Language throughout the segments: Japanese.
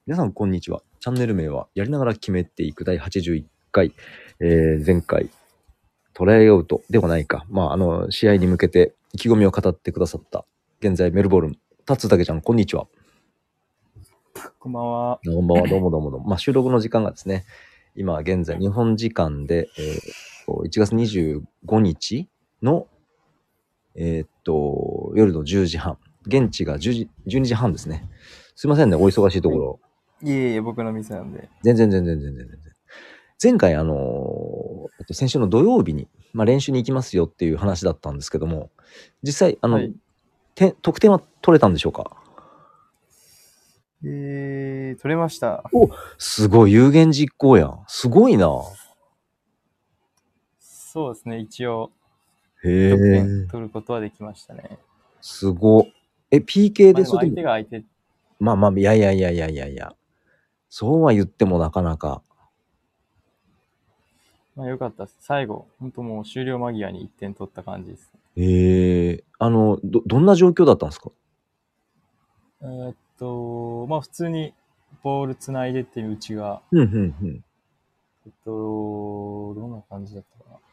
皆さん、こんにちは。チャンネル名は、やりながら決めていく第81回。前回、トライアウトではないか。試合に向けて意気込みを語ってくださった、現在メルボルン、タツタケちゃん、こんにちは。 こんばんは。 こんばんは、どうもどうもどうも。収録の時間がですね、今現在、日本時間で、1月25日の、夜の10時半。現地が10時、12時半ですね。すいませんね、お忙しいとはい。 ころ。 いえいえ、僕の店なんで。 全然。前回、先週の土曜日に、練習に行きますよっていう話だったんですけども、実際、 はい。 得点は取れたんでしょうか？ 取れました。 お、すごい、有言実行やん。すごいな。 そうですね。一応、 へ得点え、 取ることはできましたね。 すご。PK まあでも相でそれとも、 手が相手、 いや。そうは言ってもなかなか。 まあ良かったです。最後、本当もう終了間際に1点取った感じです。 どんな状況だったんですか？ まあ普通にボール繋いでってうちが、 うん。 どんな感じだったかな。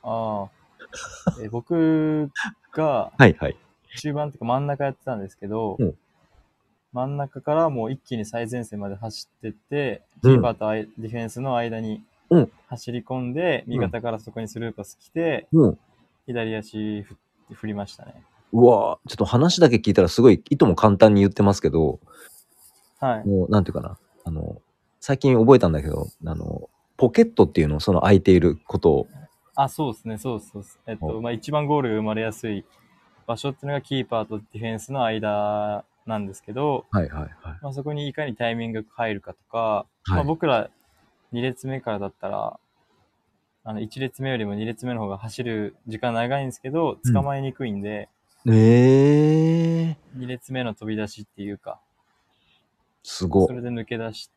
僕がはい。 中盤っていうか真ん中やってたんですけど、 うん。 真ん中からもう一気に最前線まで走ってって、 うん。 キーパーとディフェンスの間にうん。 走り込んで、味うん。 方からそこにスルーパス来て、 うん。 左足振りましたね。 うわぁ、ちょっと話だけ聞いたらすごい、いとも簡単に言ってますけど、 はい。 もう、なんていうかな。最近覚えたんだけど、ポケットっていうのをその空いていることを、 そうですね、そうです。まあ、一番ゴールが生まれやすい場所っていうのがキーパーとディフェンスの間なんですけど、 はい。 まあ、そこにいかにタイミングが入るかとか、まあ、 はい。 僕ら2列目からだったら、1列目よりも2列目の方が走る時間長いんですけど、 うん。 捕まえにくいんで、 えー、 2列目の飛び出しっていうか、 すご。 それで抜け出して、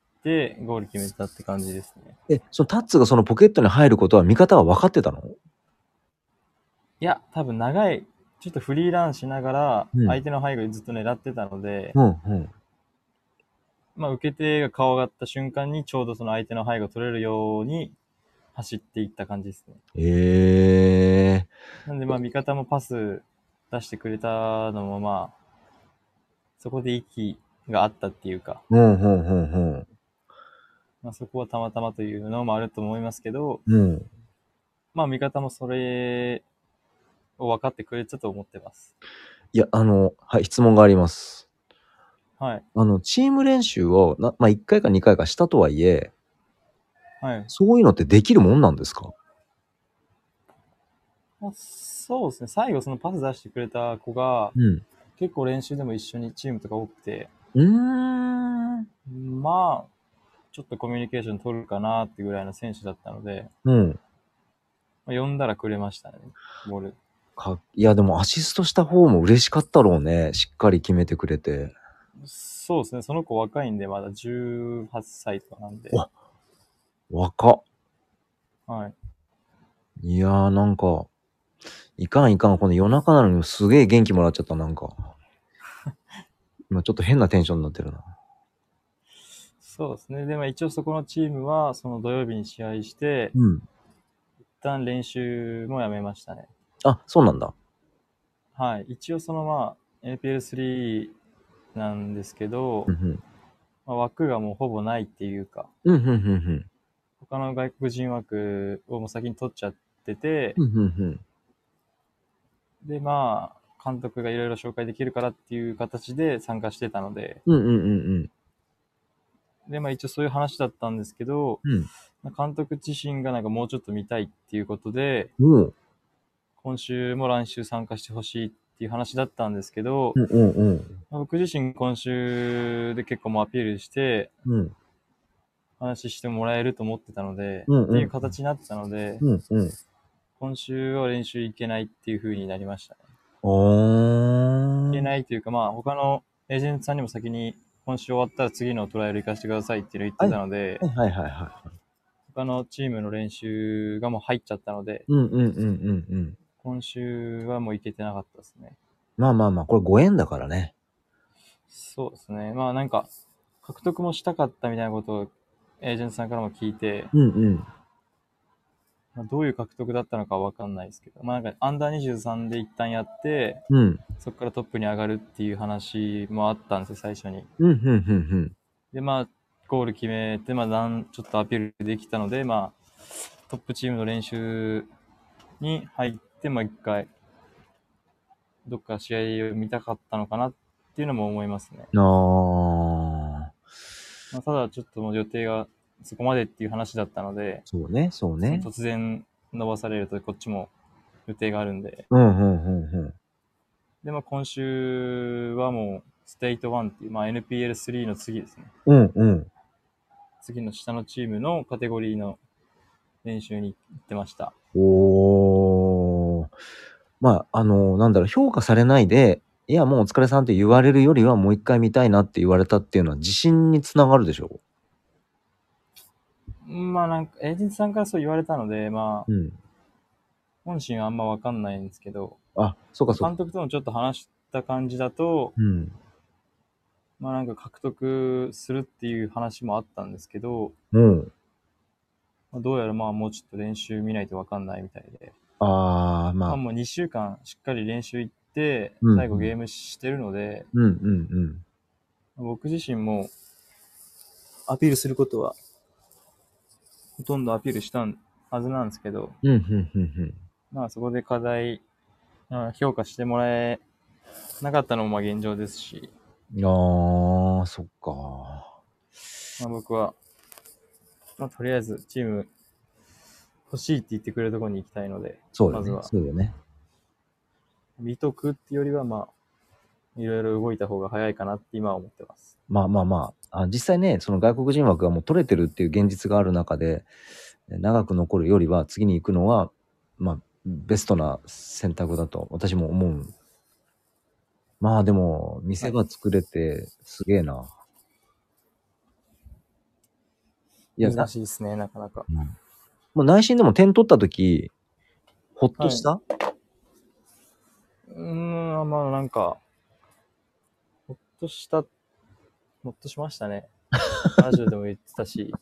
ゴール決めたって感じですね。 そのタッツがそのポケットに入ることは味方は分かってたの？ いや、多分長い、ちょっとフリーランしながら、 うん。 相手の背後にずっと狙ってたので、 うん。 まあ、受け手が顔が上がった瞬間に、ちょうどその相手の背後取れるように走っていった感じですね。 えなんで、まあ、味方もパス出してくれたのも、まあ、そこで息があったっていうか、 うん。 まあ、そこはたまたまというのもあると思いますけど、 うん。 まあ、味方もそれを分かってくれてたと思ってます。 いや、はい、質問があります。 はい。 チーム練習を1回か2回かしたとはいえ、 はい。 そういうのってできるもんなんですか？ まあ、そうですね。最後そのパス出してくれた子が、 うん。 結構練習でも一緒にチームとか多くて、 うーん。 まあ、ちょっとコミュニケーション取るかなっていうぐらいの選手だったので、 うん。 まあ、呼んだらくれましたね、ボール。 いや、でもアシストした方も嬉しかったろうね。しっかり決めてくれて。 そうですね。その子若いんで、まだ18歳とかなんで。 わ、若っ。 はい。 いやー、いかん。この夜中なのにすげえ元気もらっちゃった、なんか。今ちょっと変なテンションになってるな。 そうですね。で、まあ一応そこのチームは、その土曜日に試合して、 うん。 一旦練習もやめましたね。 あ、そうなんだ。 はい。一応そのまあ、APL3 なんですけど、 うんまあ、枠がもうほぼないっていうか、 うん。 他の外国人枠をもう先に取っちゃってて、 うん。 で、まあ、監督がいろいろ紹介できるからっていう形で参加してたので、 うん。 で、まあ一応そういう話だったんですけど、 うん。 監督自身がなんかもうちょっと見たいっていうことで、 うん。 今週も来週参加してほしいっていう話だったんですけど、 うん。 僕自身今週で結構もうアピールしてうん。 話してもらえると思ってたので、っていううん。 形になってたので、 うん。 今週は練習行けないっていう風になりましたね。 あ行けー。 ないというか、まあ他のエージェントさんにも先に今週終わったら次のトライアル行かせてくださいっていうのを言ってたので、 はい。 他のチームの練習がもう入っちゃったので、 うん。 今週はもう行けてなかったですね。 これご縁だからね。 そうですね。まあなんか、 獲得もしたかったみたいなことをエージェントさんからも聞いて、 うんうん。 まあ、どういう獲得だったのかわかんないですけど、まあなんかアンダー23で一旦やって、 うん。 そこからトップに上がるっていう話もあったんですよ、最初に。 うん、うん、うん、うん。 で、まあ、ゴール決めて、まあ、ちょっとアピールできたので、まあ、トップチームの練習に入って、まあ一回、どっか試合を見たかったのかなっていうのも思いますね。 ああ、 まあ、ただちょっともう予定がそこまでっていう話だったので、 そうね、そうそのね。 突然伸ばされるとこっちも予定があるんで、 うん、うん、うん、うん。 で、まあ今週はもうステイト1っていう、まあ NPL3 の次ですね。 うん、うん。 次の下のチームのカテゴリーの練習に行ってました。 おー。まあ、なんだろう、評価されないで、いや、もうお疲れさんって言われるよりは、もう一回見たいなって言われたっていうのは自信につながるでしょまあなんか、エージェントさんからそう言われたので、まあ、 うん。 本心はあんまわかんないんですけど、 あ、そうかそうか。 監督ともちょっと話した感じだと、 うん。 まあなんか獲得するっていう話もあったんですけど、 うん。 まあ、どうやらまあもうちょっと練習見ないとわかんないみたいで、 ああ、まあ、 まあもう2週間しっかり練習行って、 うん、うん。 最後ゲームしてるので、 うん、うん、うん。 僕自身もアピールすることはほとんどアピールしたはずなんですけど、 うん、うん、うん、 まあそこで課題、評価してもらえなかったのもまあ現状ですし、 うん。ああ、そっか。 まあ僕は、まあとりあえずチーム欲しいって言ってくれるところに行きたいので、 そうよね、 まずはそうよね。 見とくっていうよりはまあ、いろいろ動いた方が早いかなって今は思ってます。 まあまあまあ、実際ね、その外国人枠がもう取れてるっていう現実がある中で、長く残るよりは次に行くのは、まあ、ベストな選択だと私も思う。まあでも、 はい。 店が作れてすげえな。いや、 難しいですね、なかなか。 うん、もう内心でも点取った時、ほっとはい。 した。 まあなんか、ほっとした、ほっとしましたね。ラジオでも言ってたし、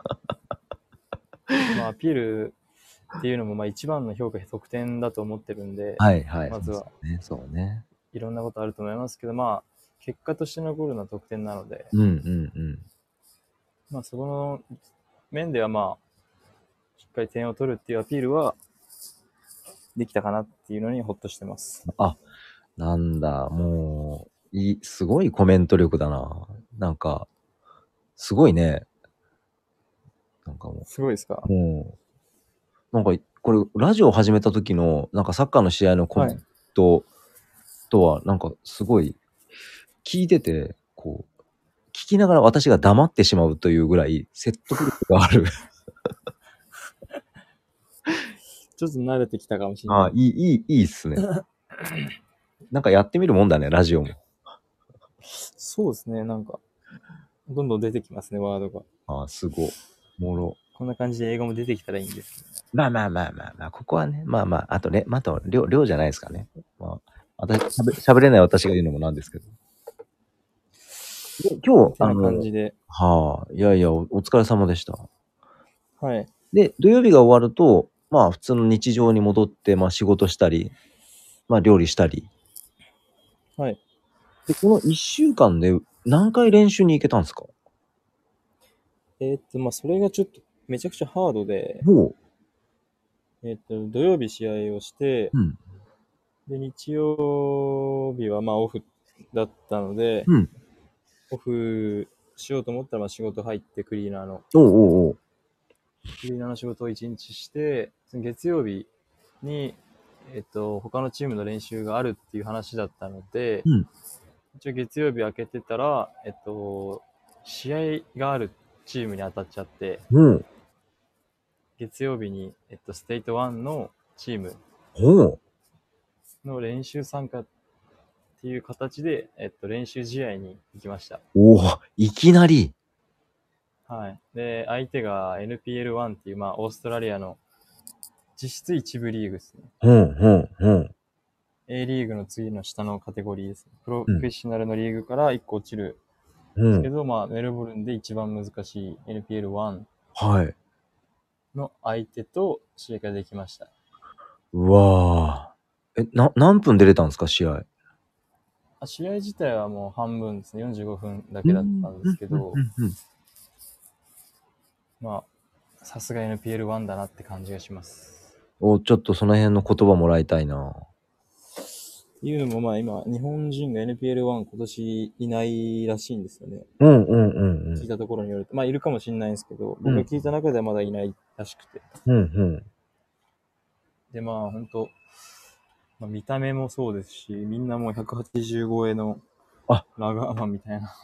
まあアピールっていうのもまあ一番の評価得点だと思ってるんで、 はいはい。そうでまずはすね。そうね。 いろんなことあると思いますけど、まあ結果として残るのは得点なので、 うんうんうん。 まあそこの面ではまあ、しっかり点を取るっていうアピールはできたかなっていうのにほっとしてます。 あ、なんだ、もう、すごいコメント力だな。なんか、すごいね。なんかもすごいですか？ う、なんか、これ、ラジオを始めた時の、なんかサッカーの試合のコメンはい。 トとは、なんかすごい、聞いてて、こう、聞きながら私が黙ってしまうというぐらい説得力がある。 ちょっと慣れてきたかもしれあ、 ない。 いいっすね。なんかやってみるもんだね、ラジオも。 そうですね、なんか、どんどん出てきますね、ワードが。 あ、すごい。おもろ。 こんな感じで英語も出てきたらいいんですけど。 まあまあまあまあまあ、ここはね、まあまあ、あとね、まあ、あと、量じゃないですかね。まあ、喋れない私が言うのもなんですけど。で今日、 てな感じで、 はあ、いやいや、お疲れ様でした。 はい。 で、土曜日が終わると、まあ、普通の日常に戻って、まあ、仕事したり、まあ、料理したり。 はい。 で、この一週間で何回練習に行けたんですか？ まあ、それがちょっとめちゃくちゃハードで、 も土曜日試合をして、 う、うん、 で、日曜日はまあオフだったので、 うん。 オフしようと思ったらまあ仕事入っておうおうおう。 クリーナーの仕事を1日して、月曜日に、他のチームの練習があるっていう話だったので、 うん、 一応月曜日開けてたら、試合があるチームに当たっちゃって、 もう、 月曜日に、ステート1のチームほう。 の練習参加っていう形で、練習試合に行きました。 おお、いきなり。 はい。で、相手が NPL1 っていう、まあ、オーストラリアの実質一部リーグですね。 ほうほうほう。 A リーグの次の下のカテゴリーですね。プロうん、 フェッショナルのリーグから1個落ちるうん。 ですけど、まあ、メルボルンで一番難しい NPL1 はい。 の相手と試合ができました。 うわー。何分出れたんですか、試合。 試合自体はもう半分ですね。45分だうけだったん、 んでうん、うん、 すけど、 うん。 まあ、さすが NPL1 だなって感じがします。 ちょっとその辺の言葉もらいたいな。 っていうのも、まあ今、日本人が NPL1 今年いないらしいんですよね。 うん、うん、うん、うん。 聞いたところによると。まあいるかもしれないんですけど、 うん、 僕が聞いた中ではまだいないらしくて。 うん、うん。 で、まあ本当、まあ、見た目もそうですし、みんなもう180超えのあ、 ラガーマンみたいな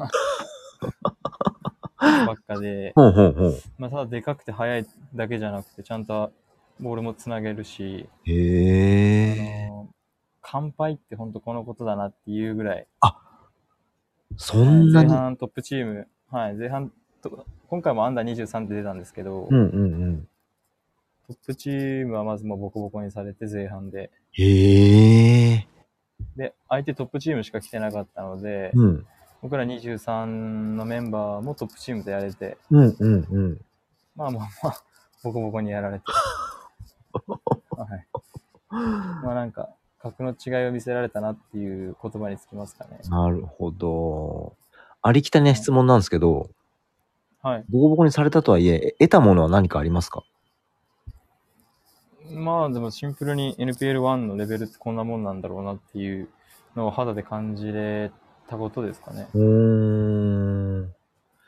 やつばっかで、 ほうほうほう。 まあただでかくて速いだけじゃなくて、ちゃんとボールもつなげるし、 へあえ。 の乾杯って本当このことだなっていうぐらい、 あ、そはい、 んなに。 前半トップチーム、はい、前半と、今回もアンダー23って出たんですけど、 うんうんうん。 トップチームはまずもうボコボコにされて前半で、 へえ。 で、相手トップチームしか来てなかったので、 うん。 僕ら23のメンバーもトップチームでやれて、 うんうんうん。 まあまあまあ、ボコボコにやられて、はい。まあなんか、格の違いを見せられたなっていう言葉につきますかね。 なるほど。ありきたりなはい。 質問なんですけど、 はい。 ボコボコにされたとはいえ、得たものは何かありますか？ まあでもシンプルに NPL1 のレベルってこんなもんなんだろうなっていうのを肌で感じれたことですかね。 うーん。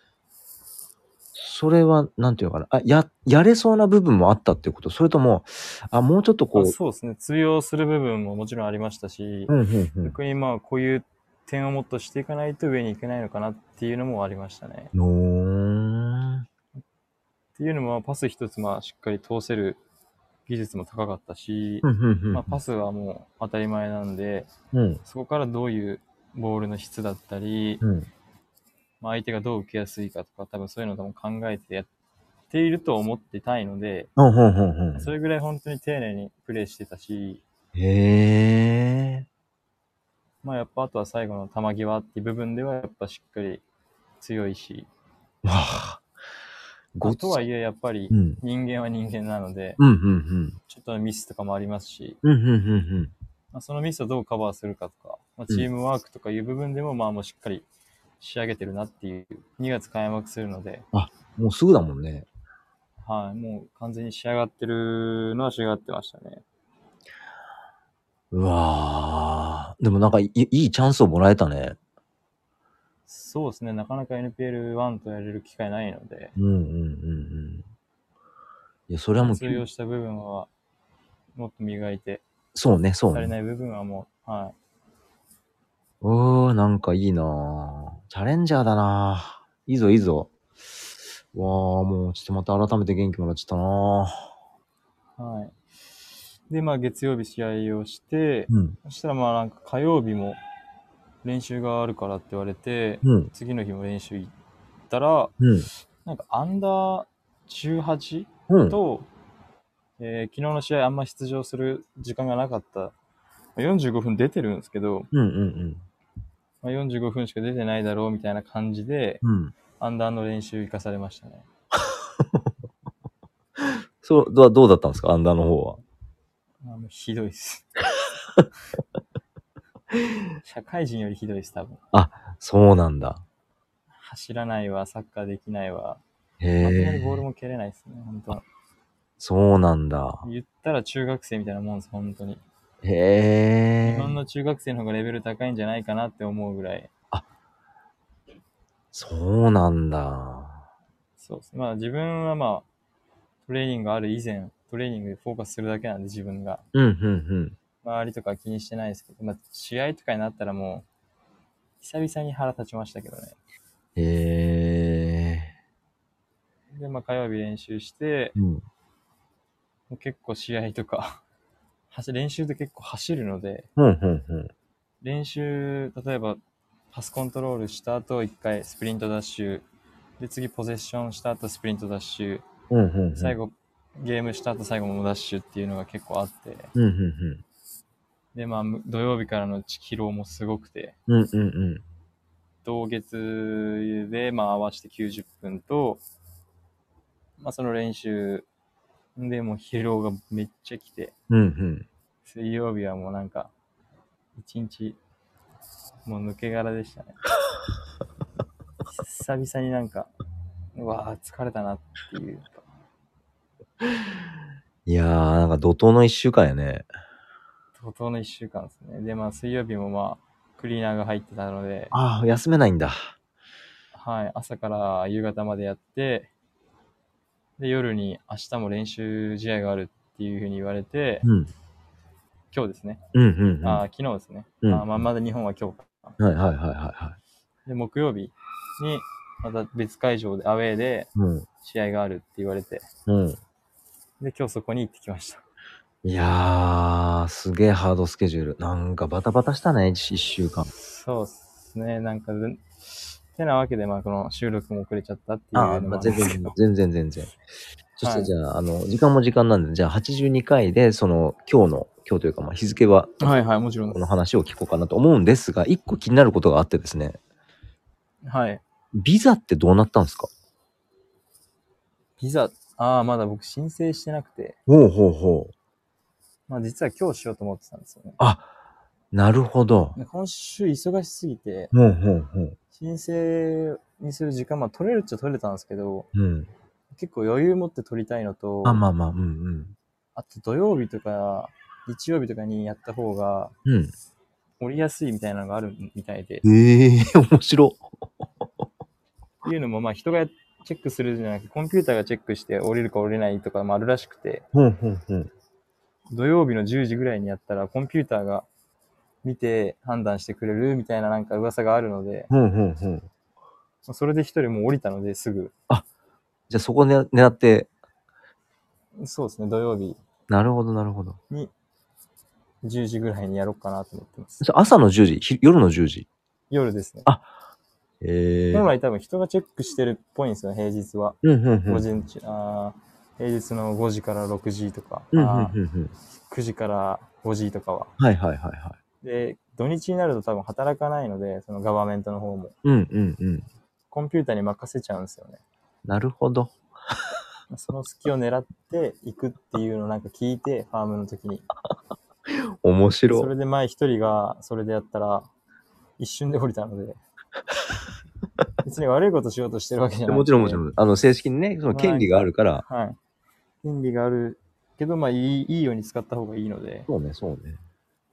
それは、なんていうのかな。やれそうな部分もあったっていうこと？それとも、もうちょっとあ、 こそうですね。通用する部分ももちろんありましたし、 う、うんうんうん。 逆にまあこういう点をもっとしていかないと上に行けないのかなっていうのもありましたね。 のーん。 っていうのもパス一つまあしっかり通せる技術も高かったし、 うんうんうんまあパスはもう当たり前なんで、 うん。 そこからどういうボールの質だったり、 うん。 まあ、相手がどう受けやすいかとか、多分そういうのも考えてやっていると思ってたいので、 うんうんうんうそれぐらい本当に丁寧にプレーしてたし、 ん。へえ。 まあやっぱあとは最後の球際っていう部分ではやっぱしっかり強いし、 わあ、 まあとごつ。 はいえやっぱりうん。 人間は人間なので、 うんうんうん。 ちょっとミスとかもありますし、 うんうんうんまあ、そのミスをどうカバーするかとか、まあ、 うん。うん。 チームワークとかいう部分でもまあもうしっかり仕上げてるなっていう、2月開幕するので、 あ、もうすぐだもんね。 はい、もう完全に仕上がってるのは仕上がってましたね。 うわー。でもなんかいいチャンスをもらえたね。 そうですね、なかなか NPL1 とやれる機会ないので、 うんうんうんうん。いや、それはまあ、 もう通用した部分はもっと磨いて、 そうね、そうね。 足りない部分はもう、はい。 なんかいいなぁ。チャレンジャーだなぁ。いいぞいいぞ。わー、もうちょっとまた改めて元気もらっちゃったなはい。で、まあ月曜日試合をして、 ぁ。うん。 そしたらまあなんか火曜日も練習があるからって言われて、 うん。 次の日も練習行ったら、 うん。 なんかアンダー 18? うん。 と、昨日の試合あんま出場する時間がなかった。45分出てるんですけど、 うんうんまあ、45分しか出てないだろうみたいな感じで、 うん。うん。 アンダーの練習行かされましたね。 そう、どうだったんですか、アンダーの方は。 もうひどいです。社会人よりひどいです、多分。 あ、そうなんだ。 走らないわ、サッカーできないわ。 へまともにボールえ。 も蹴れないですね、本当。 そうなんだ。 言ったら中学生みたいなもんです、本当に。 へ日本え。 の中学生の方がレベル高いんじゃないかなって思うぐらい。 あ、そうなんだ。 そうです。まあ自分はまあ、トレーニングある以前、トレーニングでフォーカスするだけなんで自分が。 うん、うん、 周りとか気にしてないですけど、まあ試合とかになったらもう、久々に腹立ちましたけどね。 うん。へえ。 で、まあ火曜日練習して、 うん。 もう結構試合とか練習で結構走るので、 うん、うん、うん。 練習、例えばパスコントロールした後、一回スプリントダッシュ、で、次ポゼッションした後スプリントダッシュ、 うん、うん、うん。 最後、ゲームした後最後もダッシュっていうのが結構あって、 うん、うん、 で、まあ、土曜日からの疲労もすごくて、 うん。うん、うん、うん。 同月で、まあ合わせて90分と、まあその練習でもう疲労がめっちゃ来て、 うんうん。 水曜日はもうなんか、一日、もう抜け殻でしたね。久々になんか、うわぁ、疲れたなっていう。 いやー、なんか怒涛の一週間やね。 怒涛の一週間ですね。で、まあ水曜日もまあ、クリーナーが入ってたので、 ああ、休めないんだ。 はい、朝から夕方までやって、で、夜に明日も練習試合があるっていうふうに言われて、 うん。 今日ですね。 うんうんうん。 昨日ですね。 うんまあ、まだ日本は今日か。 はいはいはいはいはで、木曜日に、また別会場で、アウェーでい。うん。 試合があるって言われて、 うん。 で、今日そこに行ってきました。 いやー、すげえハードスケジュール。なんかバタバタしたね、一週間。 そうですね。なんかてなわけで、まあ、この収録も遅れちゃったっていああ、 うのもまあ、 あるんですけど。 全然。そしてはい。 じゃあ、時間も時間なんで、じゃあ82回で、今日というか、まあ、日付は、 はいはい、もちろんです。 この話を聞こうかなと思うんですが、一個気になることがあってですね、 はい。 ビザってどうなったんですか？ ビザ、まだ僕申請してなくて、 ほうほうほう。 まあ実は今日しようと思ってたんですよね。 あ、なるほど。 で今週忙しすぎて、 ほうほうほう。 申請にする時間、まあ取れるっちゃ取れたんですけど、 うん。 結構余裕持って取りたいのと、 まあ、うんあと土曜日とか日曜日とかにやった方がうん。うん。 降りやすいみたいなのがあるみたいで、 面白。 っていうのもまあ人がチェックするんじゃなくて、コンピューターがチェックして降りるか降りないとかもあるらしくて、 ほうほうほう。 土曜日の10時ぐらいにやったらコンピューターが見て判断してくれるみたいななんか噂があるので、 ほうほうほう。 それで一人もう降りたのですぐ、 あ、じゃあそこ狙って、 そうですね、土曜日なるほどなるほど。 に10時ぐらいにやろうかなと思ってます。 朝の10時、夜の10時。 夜ですね。 あ、 本来多分人がチェックしてるっぽいんですよ、平日は。 うんうんうん。 午前中、平日の5時から6時とか、 うんうんうんうん。 9時から5時とかは。 はいはいはいはい。 で、土日になると多分働かないので、そのガバメントの方も。 うんうんうん。 コンピューターに任せちゃうんですよね。 なるほど。 その隙を狙っていくっていうのをなんか聞いて、ファームの時に。 面白い。 それで前一人がそれでやったら、一瞬で降りたので、別に悪いことしようとしてるわけじゃなくて。 もちろんもちろん。正式にね、その権利があるから。 はい。権利があるけど、まあいいように使った方がいいので。 そうね、そうね。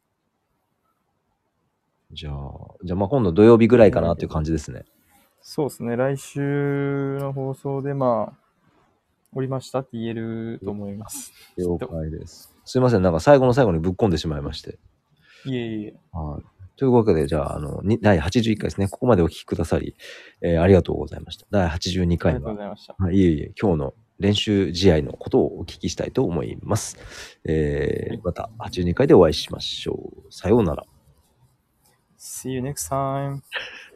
じゃあまあ今度土曜日ぐらいかなっていう感じですね。 そうですね。来週の放送でまあ、降りましたって言えると思います。 了解です。すいません、なんか最後の最後にぶっ込んでしまいまして。 いえいえ。 はい。というわけで、じゃあ、第81回ですね。ここまでお聞きくださり、ありがとうございました。第82 あり回はがとうご、ざいました。 いえいえ、今日の練習試合のことをお聞きしたいと思います。また82回でお会いしましょう。さようなら。 See you next time.